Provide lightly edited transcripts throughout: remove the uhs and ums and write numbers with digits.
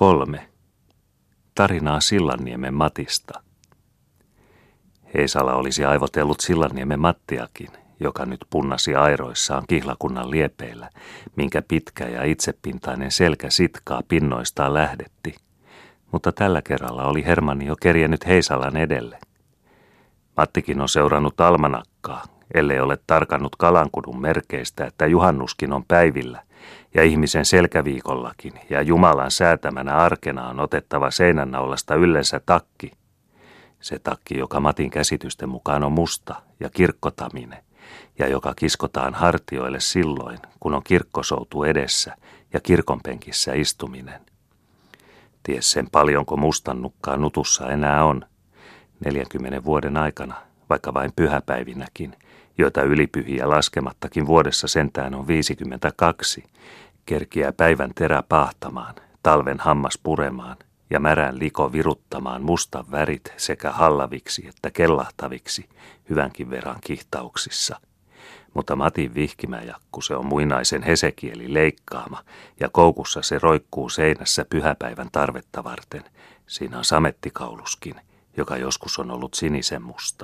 3. Tarinaa Sillanniemen Matista. Heisala olisi aivotellut Sillanniemen Mattiakin, joka nyt punnasi airoissaan kihlakunnan liepeillä, minkä pitkä ja itsepintainen selkä sitkaa pinnoistaan lähdetti. Mutta tällä kerralla oli Hermanni jo kerjennyt Heisalan edelle. Mattikin on seurannut almanakkaa, ellei ole tarkannut Kalankudun merkeistä, että juhannuskin on päivillä, ja ihmisen selkäviikollakin ja Jumalan säätämänä arkena on otettava seinännaulasta yllensä takki. Se takki, joka Matin käsitysten mukaan on musta ja kirkkotaminen, ja joka kiskotaan hartioille silloin, kun on kirkkosoutu edessä ja kirkonpenkissä istuminen. Ties sen paljonko mustannukkaa nutussa enää on, 40 vuoden aikana, vaikka vain pyhäpäivinäkin, joita ylipyhiä laskemattakin vuodessa sentään on 52, kerkiää päivän terä pahtamaan, talven hammas puremaan ja märän liko viruttamaan mustan värit sekä hallaviksi että kellahtaviksi hyvänkin verran kihtauksissa. Mutta Matin vihkimäjakku se on muinaisen Hesekieli leikkaama ja koukussa se roikkuu seinässä pyhäpäivän tarvetta varten. Siinä on samettikauluskin, joka joskus on ollut sinisen musta.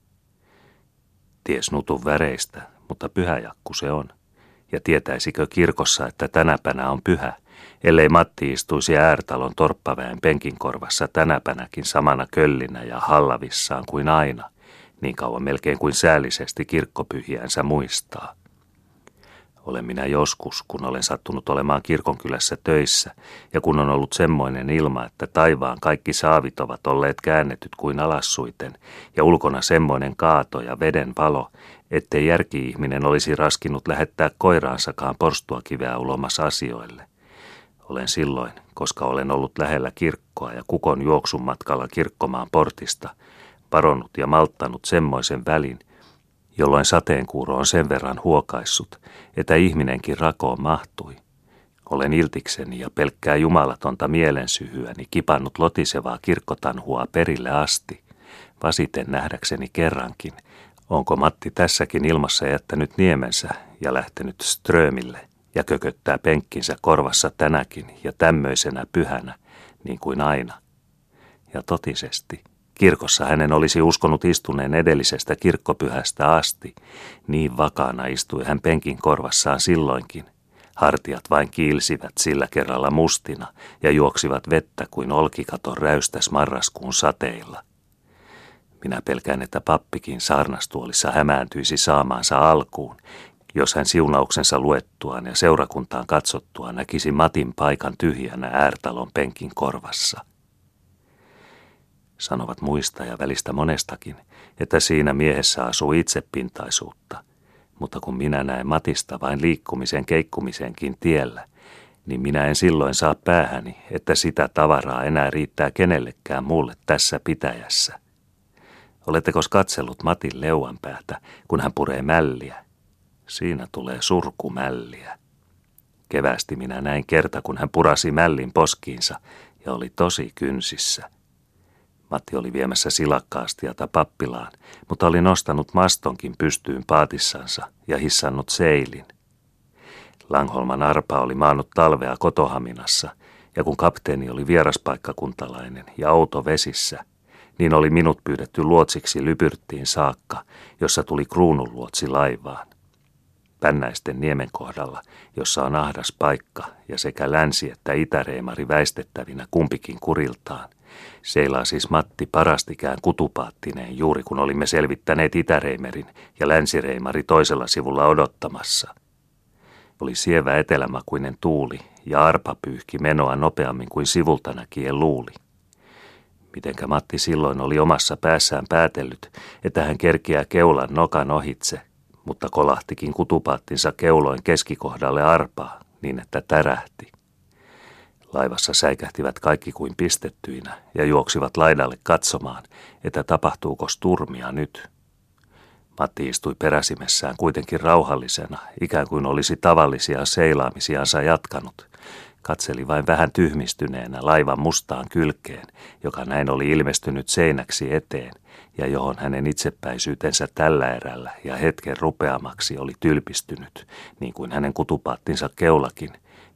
Ties nutun väreistä, mutta pyhäjakku se on. Ja tietäisikö kirkossa, että tänäpänä on pyhä, ellei Matti istuisi Äärtalon torppaväen penkinkorvassa tänäpänäkin samana köllinä ja hallavissaan kuin aina, niin kauan melkein kuin säällisesti kirkkopyhiänsä muistaa. Olen minä joskus, kun olen sattunut olemaan kirkonkylässä töissä, ja kun on ollut semmoinen ilma, että taivaan kaikki saavit ovat olleet käännetyt kuin alassuiten, ja ulkona semmoinen kaato ja veden valo, ettei järki-ihminen olisi raskinut lähettää koiraansakaan porstuakiveä ulomas asioille. Olen silloin, koska olen ollut lähellä kirkkoa ja kukon juoksun matkalla kirkkomaan portista, varonnut ja malttanut semmoisen välin, jolloin sateenkuuro on sen verran huokaissut, että ihminenkin rakoon mahtui. Olen iltikseni ja pelkkää jumalatonta mielensyhyäni kipannut lotisevaa kirkkotanhua perille asti, vasiten nähdäkseni kerrankin, onko Matti tässäkin ilmassa jättänyt niemensä ja lähtenyt Strömille ja kököttää penkkinsä korvassa tänäkin ja tämmöisenä pyhänä, niin kuin aina. Ja totisesti. Kirkossa hänen olisi uskonut istuneen edellisestä kirkkopyhästä asti. Niin vakaana istui hän penkin korvassaan silloinkin. Hartiat vain kiilsivät sillä kerralla mustina ja juoksivat vettä kuin olkikaton räystäs marraskuun sateilla. Minä pelkään, että pappikin saarnastuolissa hämääntyisi saamaansa alkuun, jos hän siunauksensa luettuaan ja seurakuntaan katsottuaan näkisi Matin paikan tyhjänä Äärtalon penkin korvassa. Sanovat muista ja välistä monestakin, että siinä miehessä asuu itsepintaisuutta, mutta kun minä näen Matista vain liikkumisen keikkumisenkin tiellä, niin minä en silloin saa päähäni, että sitä tavaraa enää riittää kenellekään muulle tässä pitäjässä. Oletteko katsellut Matin leuanpäätä, kun hän puree mälliä? Siinä tulee surkumälliä. Keväästi minä näin kerta, kun hän purasi mällin poskiinsa ja oli tosi kynsissä. Matti oli viemässä silakkaastiata pappilaan, mutta oli nostanut mastonkin pystyyn paatissansa ja hissannut seilin. Langholman arpa oli maannut talvea Kotohaminassa, ja kun kapteeni oli vieraspaikkakuntalainen ja outo vesissä, niin oli minut pyydetty luotsiksi Lypyrttiin saakka, jossa tuli kruununluotsi laivaan. Pännäisten niemen kohdalla, jossa on ahdas paikka ja sekä länsi- että itäreimari väistettävinä kumpikin kuriltaan, seilaa siis Matti parastikään kutupaattineen juuri kun olimme selvittäneet Itäreimerin ja länsireimari toisella sivulla odottamassa. Oli sievä etelämakuinen tuuli ja arpa pyyhki menoa nopeammin kuin sivulta näkien luuli. Mitenkä Matti silloin oli omassa päässään päätellyt, että hän kerkiää keulan nokan ohitse, mutta kolahtikin kutupaattinsa keuloin keskikohdalle arpaa niin, että tärähti. Laivassa säikähtivät kaikki kuin pistettyinä ja juoksivat laidalle katsomaan, että tapahtuuko turmia nyt. Matti istui peräsimessään kuitenkin rauhallisena, ikään kuin olisi tavallisia seilaamisiansa jatkanut. Katseli vain vähän tyhmistyneenä laivan mustaan kylkeen, joka näin oli ilmestynyt seinäksi eteen, ja johon hänen itsepäisyytensä tällä erällä ja hetken rupeamaksi oli tylpistynyt, niin kuin hänen kutupaattinsa keulakin,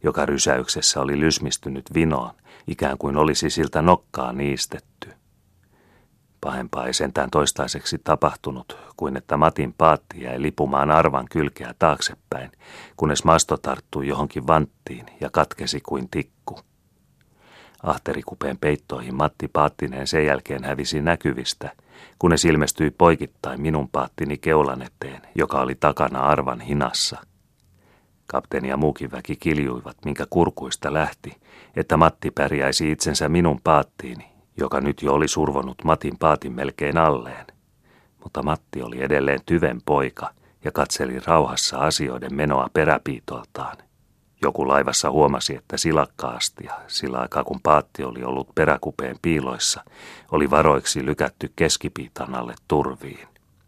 joka rysäyksessä oli lysmistynyt vinoon, ikään kuin olisi siltä nokkaa niistetty. Pahempaa ei sentään toistaiseksi tapahtunut, kuin että Matin paatti jäi lipumaan arvan kylkeä taaksepäin, kunnes masto tarttui johonkin vanttiin ja katkesi kuin tikku. Ahterikupeen peittoihin Matti Paattinen sen jälkeen hävisi näkyvistä, kunnes ilmestyi poikittain minun paattini keulan eteen, joka oli takana arvan hinassa. Kapteeni ja muukin väki kiljuivat, minkä kurkuista lähti, että Matti pärjäisi itsensä minun paattiini, joka nyt jo oli survonut Matin paatin melkein alleen. Mutta Matti oli edelleen tyven poika ja katseli rauhassa asioiden menoa peräpiitoltaan. Joku laivassa huomasi, että silakkaastia, sillä aikaa kun paatti oli ollut peräkupeen piiloissa, oli varoiksi lykätty keskipiitan alle turviin.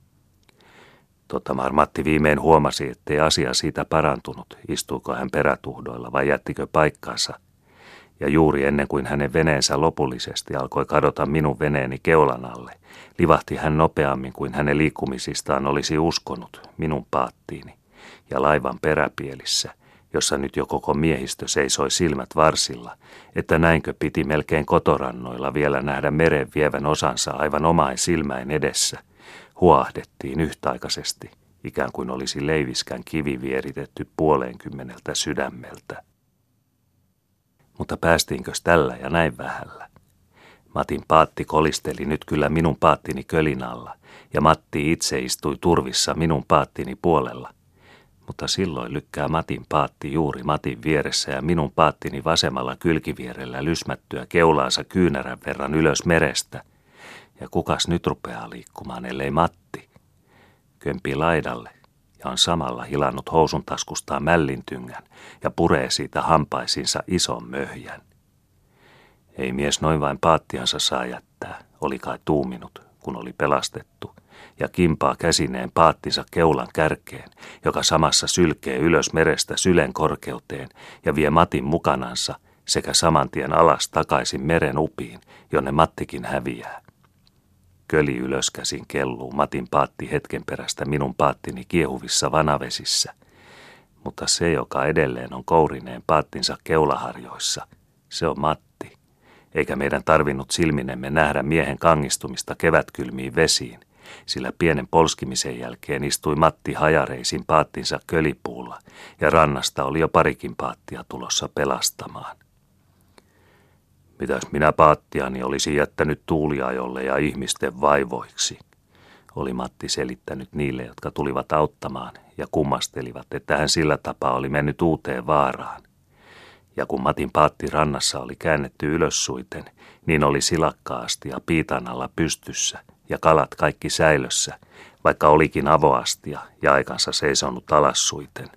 Tottamar Matti viimein huomasi, ettei asia siitä parantunut, istuiko hän perätuhdoilla vai jättikö paikkansa. Ja juuri ennen kuin hänen veneensä lopullisesti alkoi kadota minun veneeni keulan alle, livahti hän nopeammin kuin hänen liikkumisistaan olisi uskonut minun paattiini ja laivan peräpielissä, jossa nyt jo koko miehistö seisoi silmät varsilla, että näinkö piti melkein kotorannoilla vielä nähdä meren vievän osansa aivan omain silmäin edessä. Huahdettiin yhtäaikaisesti, ikään kuin olisi leiviskän kivi vieritetty 60 sydämeltä. Mutta päästiinkös tällä ja näin vähällä? Matin paatti kolisteli nyt kyllä minun paattini kölin alla, ja Matti itse istui turvissa minun paattini puolella. Mutta silloin lykkää Matin paatti juuri Matin vieressä ja minun paattini vasemmalla kylkivierellä lysmättyä keulaansa kyynärän verran ylös merestä. Ja kukas nyt rupeaa liikkumaan, ellei Matti? Kömpii laidalle ja on samalla hilannut housun taskustaan mällintyngän ja puree siitä hampaisinsa ison möhjän. Ei mies noin vain paattiansa saa jättää, oli kai tuuminut, kun oli pelastettu, ja kimpaa käsineen paattinsa keulan kärkeen, joka samassa sylkee ylös merestä sylen korkeuteen ja vie Matin mukanansa sekä samantien alas takaisin meren upiin, jonne Mattikin häviää. Köli ylöskäsin kelluu Matin paatti hetken perästä minun paattini kiehuvissa vanavesissä, mutta se, joka edelleen on kourineen paattinsa keulaharjoissa, se on Matti, eikä meidän tarvinnut silminemme nähdä miehen kangistumista kevätkylmiin vesiin, sillä pienen polskimisen jälkeen istui Matti hajareisin paattinsa kölipuulla ja rannasta oli jo parikin paattia tulossa pelastamaan. Mitäs minä paattiani olisi jättänyt tuuliajolle ja ihmisten vaivoiksi, oli Matti selittänyt niille, jotka tulivat auttamaan ja kummastelivat, että hän sillä tapaa oli mennyt uuteen vaaraan. Ja kun Matin paatti rannassa oli käännetty ylössuiten, niin oli silakkaastia piitan alla pystyssä ja kalat kaikki säilössä, vaikka olikin avoastia ja aikansa seisonut alassuiten.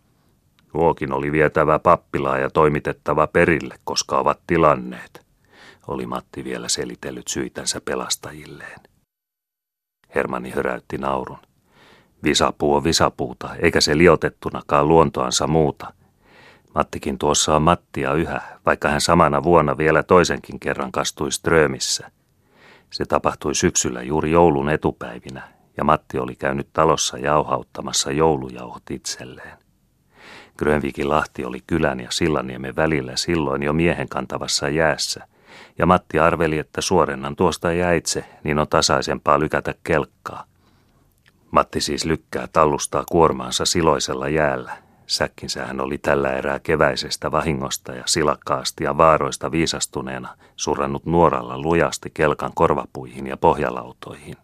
Nuokin oli vietävä pappilaan ja toimitettava perille, koska ovat tilanneet, oli Matti vielä selitellyt syitänsä pelastajilleen. Hermanni höräytti naurun. Visapuu on visapuuta, eikä se liotettunakaan luontoansa muuta. Mattikin tuossa on Mattia yhä, vaikka hän samana vuonna vielä toisenkin kerran kastui Strömissä. Se tapahtui syksyllä juuri joulun etupäivinä, ja Matti oli käynyt talossa jauhauttamassa joulujauhot itselleen. Grönvikin lahti oli kylän ja Sillanniemen välillä silloin jo miehen kantavassa jäässä, ja Matti arveli, että suorennan tuosta jäitse, niin on tasaisempaa lykätä kelkkaa. Matti siis lykkää tallustaa kuormaansa siloisella jäällä. Säkkinsä hän oli tällä erää keväisestä vahingosta ja silakkaastia vaaroista viisastuneena surrannut nuoralla lujasti kelkan korvapuihin ja pohjalautoihin.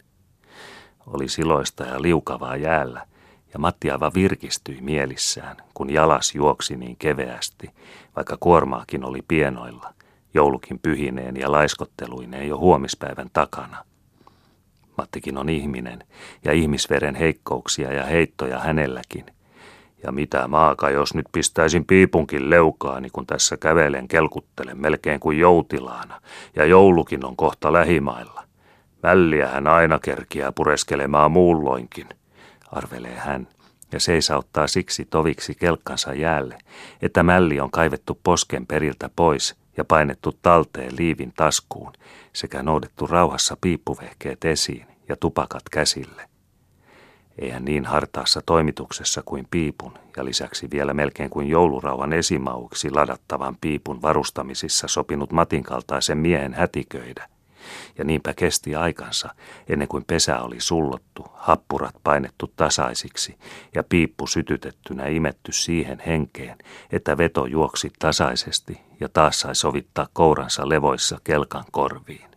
Oli siloista ja liukavaa jäällä, ja Matti aivan virkistyi mielissään, kun jalas juoksi niin keveästi, vaikka kuormaakin oli pienoilla, joulukin pyhineen ja laiskotteluineen jo huomispäivän takana. Mattikin on ihminen, ja ihmisveren heikkouksia ja heittoja hänelläkin. Ja mitä maaka, jos nyt pistäisin piipunkin leukaani, kun tässä kävelen kelkuttelen melkein kuin joutilaana, ja joulukin on kohta lähimailla. Mälliä hän aina kerkiää pureskelemaan muulloinkin, arvelee hän, ja seisauttaa siksi toviksi kelkkansa jäälle, että mälli on kaivettu posken periltä pois ja painettu talteen liivin taskuun, sekä noudettu rauhassa piippuvehkeet esiin ja tupakat käsille. Eihän niin hartaassa toimituksessa kuin piipun ja lisäksi vielä melkein kuin joulurauhan esimauiksi ladattavan piipun varustamisissa sopinut Matin kaltaisen miehen hätiköidä. Ja niinpä kesti aikansa, ennen kuin pesä oli sullottu, happurat painettu tasaisiksi ja piippu sytytettynä imetty siihen henkeen, että veto juoksi tasaisesti ja taas sai sovittaa kouransa levoissa kelkan korviin.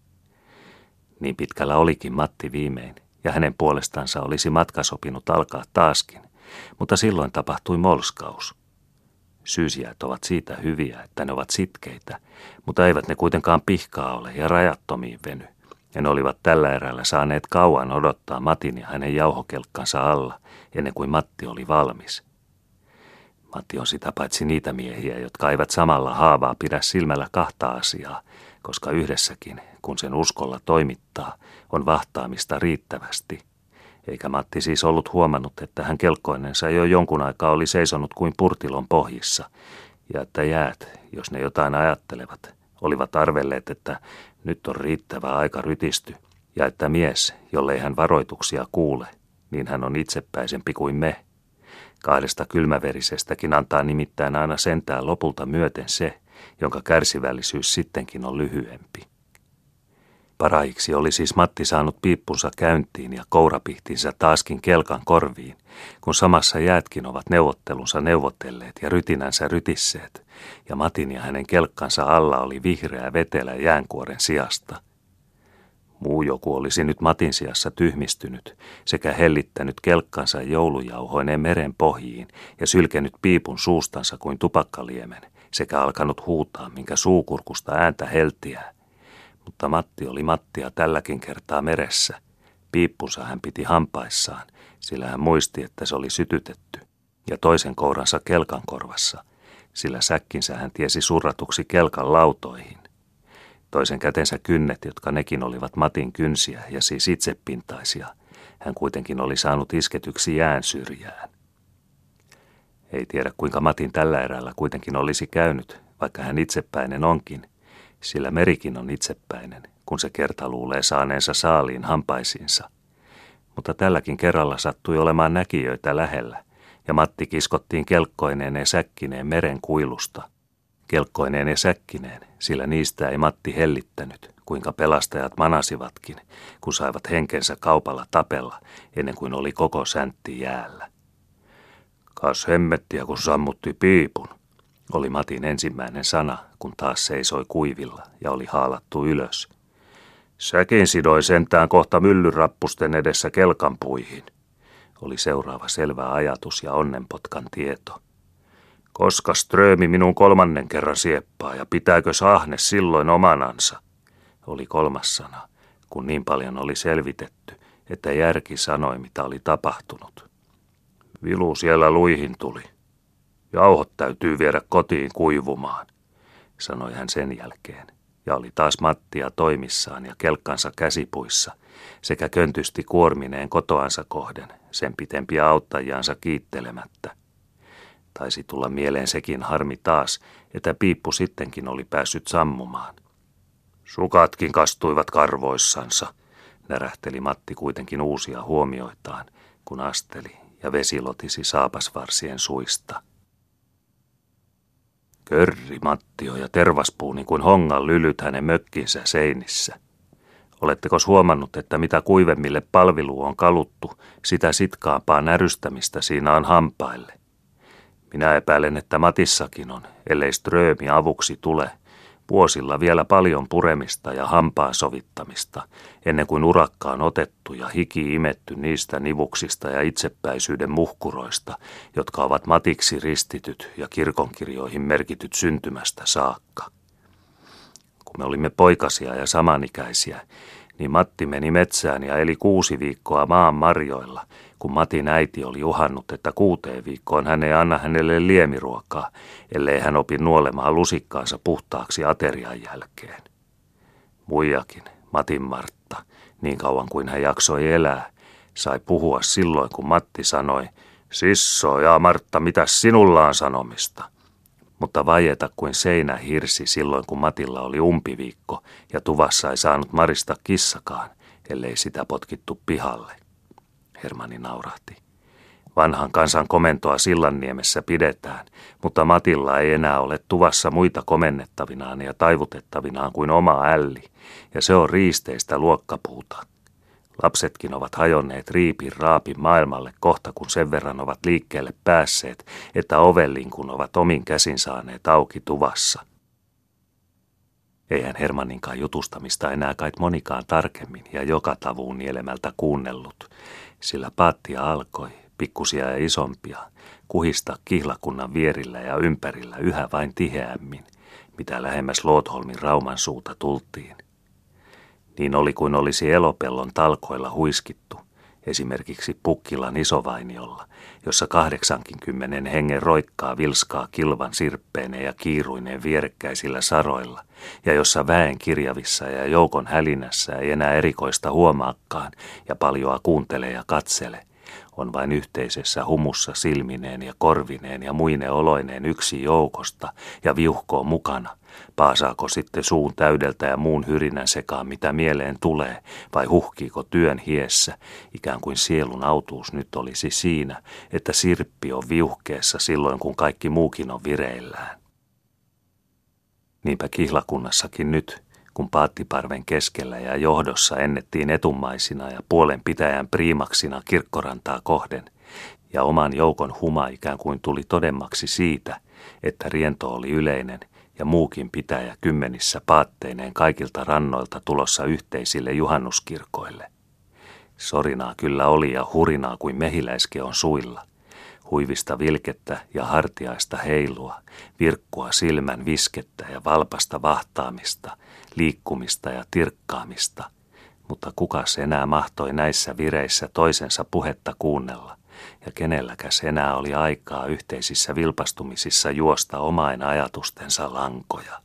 Niin pitkällä olikin Matti viimein, ja hänen puolestansa olisi matka sopinut alkaa taaskin, mutta silloin tapahtui molskaus. Syysjäät ovat siitä hyviä, että ne ovat sitkeitä, mutta eivät ne kuitenkaan pihkaa ole ja rajattomiin veny. Ja ne olivat tällä erällä saaneet kauan odottaa Matin ja hänen jauhokelkkansa alla, ennen kuin Matti oli valmis. Matti on sitä paitsi niitä miehiä, jotka eivät samalla haavaa pidä silmällä kahta asiaa, koska yhdessäkin, kun sen uskolla toimittaa, on vahtaamista riittävästi. Eikä Matti siis ollut huomannut, että hän kelkkoinensa jo jonkun aikaa oli seisonut kuin purtilon pohjissa, ja että jäät, jos ne jotain ajattelevat, olivat arvelleet, että nyt on riittävä aika rytisty, ja että mies, jollei hän varoituksia kuule, niin hän on itsepäisempi kuin me. Kahdesta kylmäverisestäkin antaa nimittäin aina sentään lopulta myöten se, jonka kärsivällisyys sittenkin on lyhyempi. Parahiksi oli siis Matti saanut piippunsa käyntiin ja kourapihtinsä taaskin kelkan korviin, kun samassa jäätkin ovat neuvottelunsa neuvotelleet ja rytinänsä rytisseet, ja Matin ja hänen kelkkansa alla oli vihreä vetelä jäänkuoren sijasta. Muu joku olisi nyt Matin sijassa tyhmistynyt sekä hellittänyt kelkkansa joulujauhoineen meren pohjiin ja sylkenyt piipun suustansa kuin tupakkaliemen sekä alkanut huutaa, minkä suukurkusta ääntä heltiää. Mutta Matti oli Mattia tälläkin kertaa meressä. Piippunsa hän piti hampaissaan, sillä hän muisti, että se oli sytytetty, ja toisen kouransa kelkan korvassa, sillä säkkinsä hän tiesi surratuksi kelkan lautoihin. Toisen kätensä kynnet, jotka nekin olivat Matin kynsiä ja siis itsepintaisia, hän kuitenkin oli saanut isketyksi jään syrjään. Ei tiedä, kuinka Matin tällä erällä kuitenkin olisi käynyt, vaikka hän itsepäinen onkin, sillä merikin on itsepäinen, kun se kerta luulee saaneensa saaliin hampaisiinsa. Mutta tälläkin kerralla sattui olemaan näkijöitä lähellä, ja Matti kiskottiin kelkkoineen ja säkkineen meren kuilusta. Kelkkoineen ja säkkineen, sillä niistä ei Matti hellittänyt, kuinka pelastajat manasivatkin, kun saivat henkensä kaupalla tapella, ennen kuin oli koko säntti jäällä. Kas hemmettiä, kun sammutti piipun, oli Matin ensimmäinen sana, kun taas seisoi kuivilla ja oli haalattu ylös. Säkin sidoi sentään kohta myllyrappusten edessä kelkanpuihin, oli seuraava selvä ajatus ja onnenpotkan tieto. Koska Ströömi minun 3. kerran sieppaa ja pitääkö Ahne silloin omanansa, oli 3. sana, kun niin paljon oli selvitetty, että järki sanoi, mitä oli tapahtunut. Vilu siellä luihin tuli. Jauhot täytyy viedä kotiin kuivumaan, sanoi hän sen jälkeen, ja oli taas Mattia toimissaan ja kelkkansa käsipuissa, sekä köntysti kuormineen kotoansa kohden, sen pitempiä auttajiansa kiittelemättä. Taisi tulla mieleen sekin harmi taas, että piippu sittenkin oli päässyt sammumaan. Sukatkin kastuivat karvoissansa, närähteli Matti kuitenkin uusia huomioitaan, kun asteli ja vesi lotisi saapasvarsien suista. Körri Mattio ja tervaspuu niin kuin hongan lylyt hänen mökkinsä seinissä. Oletteko huomannut, että mitä kuivemmille palvelu on kaluttu, sitä sitkaampaa närystämistä siinä on hampaille? Minä epäilen, että Matissakin on, ellei Ströömi avuksi tule, vuosilla vielä paljon puremista ja hampaan sovittamista, ennen kuin urakka on otettu ja hiki imetty niistä nivuksista ja itsepäisyyden muhkuroista, jotka ovat Matiksi ristityt ja kirkonkirjoihin merkityt syntymästä saakka. Kun me olimme poikasia ja samanikäisiä, niin Matti meni metsään ja eli 6 viikkoa maan marjoilla, kun Matin äiti oli uhannut, että 6 viikkoon hän ei anna hänelle liemiruokaa, ellei hän opi nuolemaan lusikkaansa puhtaaksi aterian jälkeen. Muijakin, Matin Martta, niin kauan kuin hän jaksoi elää, sai puhua silloin, kun Matti sanoi, Sisso ja Martta, mitäs sinulla on sanomista? Mutta vaieta kuin seinä hirsi silloin, kun Matilla oli umpiviikko ja tuvassa ei saanut marista kissakaan, ellei sitä potkittu pihalle. Hermanni naurahti. Vanhan kansan komentoa Sillanniemessä pidetään, mutta Matilla ei enää ole tuvassa muita komennettavinaan ja taivutettavinaan kuin oma älli, ja se on riisteistä luokkapuuta. Lapsetkin ovat hajonneet riipin raapin maailmalle kohta, kun sen verran ovat liikkeelle päässeet, että ovellinkun ovat omin käsin saaneet auki tuvassa. Eihän Hermanninkaan jutustamista enää kait monikaan tarkemmin ja joka tavuun nielemältä kuunnellut, sillä paattia alkoi, pikkusia ja isompia, kuhistaa kihlakunnan vierillä ja ympärillä yhä vain tiheämmin, mitä lähemmäs Lootholmin Rauman suuta tultiin. Niin oli kuin olisi Elopellon talkoilla huiskittu, esimerkiksi Pukkilan Isovainiolla, jossa 80 hengen roikkaa vilskaa kilvan sirppeineen ja kiiruineen vierekkäisillä saroilla, ja jossa väen kirjavissa ja joukon hälinässä ei enää erikoista huomaakaan ja paljoa kuuntele ja katsele, on vain yhteisessä humussa silmineen ja korvineen ja muine oloineen yksi joukosta ja viuhkoo mukana. Paasaako sitten suun täydeltä ja muun hyrinän sekaan, mitä mieleen tulee, vai huhkiiko työn hiessä, ikään kuin sielun autuus nyt olisi siinä, että sirppi on viuhkeessa silloin, kun kaikki muukin on vireillään. Niinpä kihlakunnassakin nyt, kun paattiparven keskellä ja johdossa ennettiin etumaisina ja puolen pitäjän priimaksina kirkkorantaa kohden, ja oman joukon huma ikään kuin tuli todemmaksi siitä, että riento oli yleinen ja muukin pitäjä kymmenissä paatteineen kaikilta rannoilta tulossa yhteisille juhannuskirkoille. Sorinaa kyllä oli ja hurinaa kuin mehiläiskeon suilla. Huivista vilkettä ja hartiaista heilua, virkkua silmän viskettä ja valpasta vahtaamista, liikkumista ja tirkkaamista, mutta kukas enää mahtoi näissä vireissä toisensa puhetta kuunnella, ja kenelläkäs enää oli aikaa yhteisissä vilpastumisissa juosta omain ajatustensa lankoja.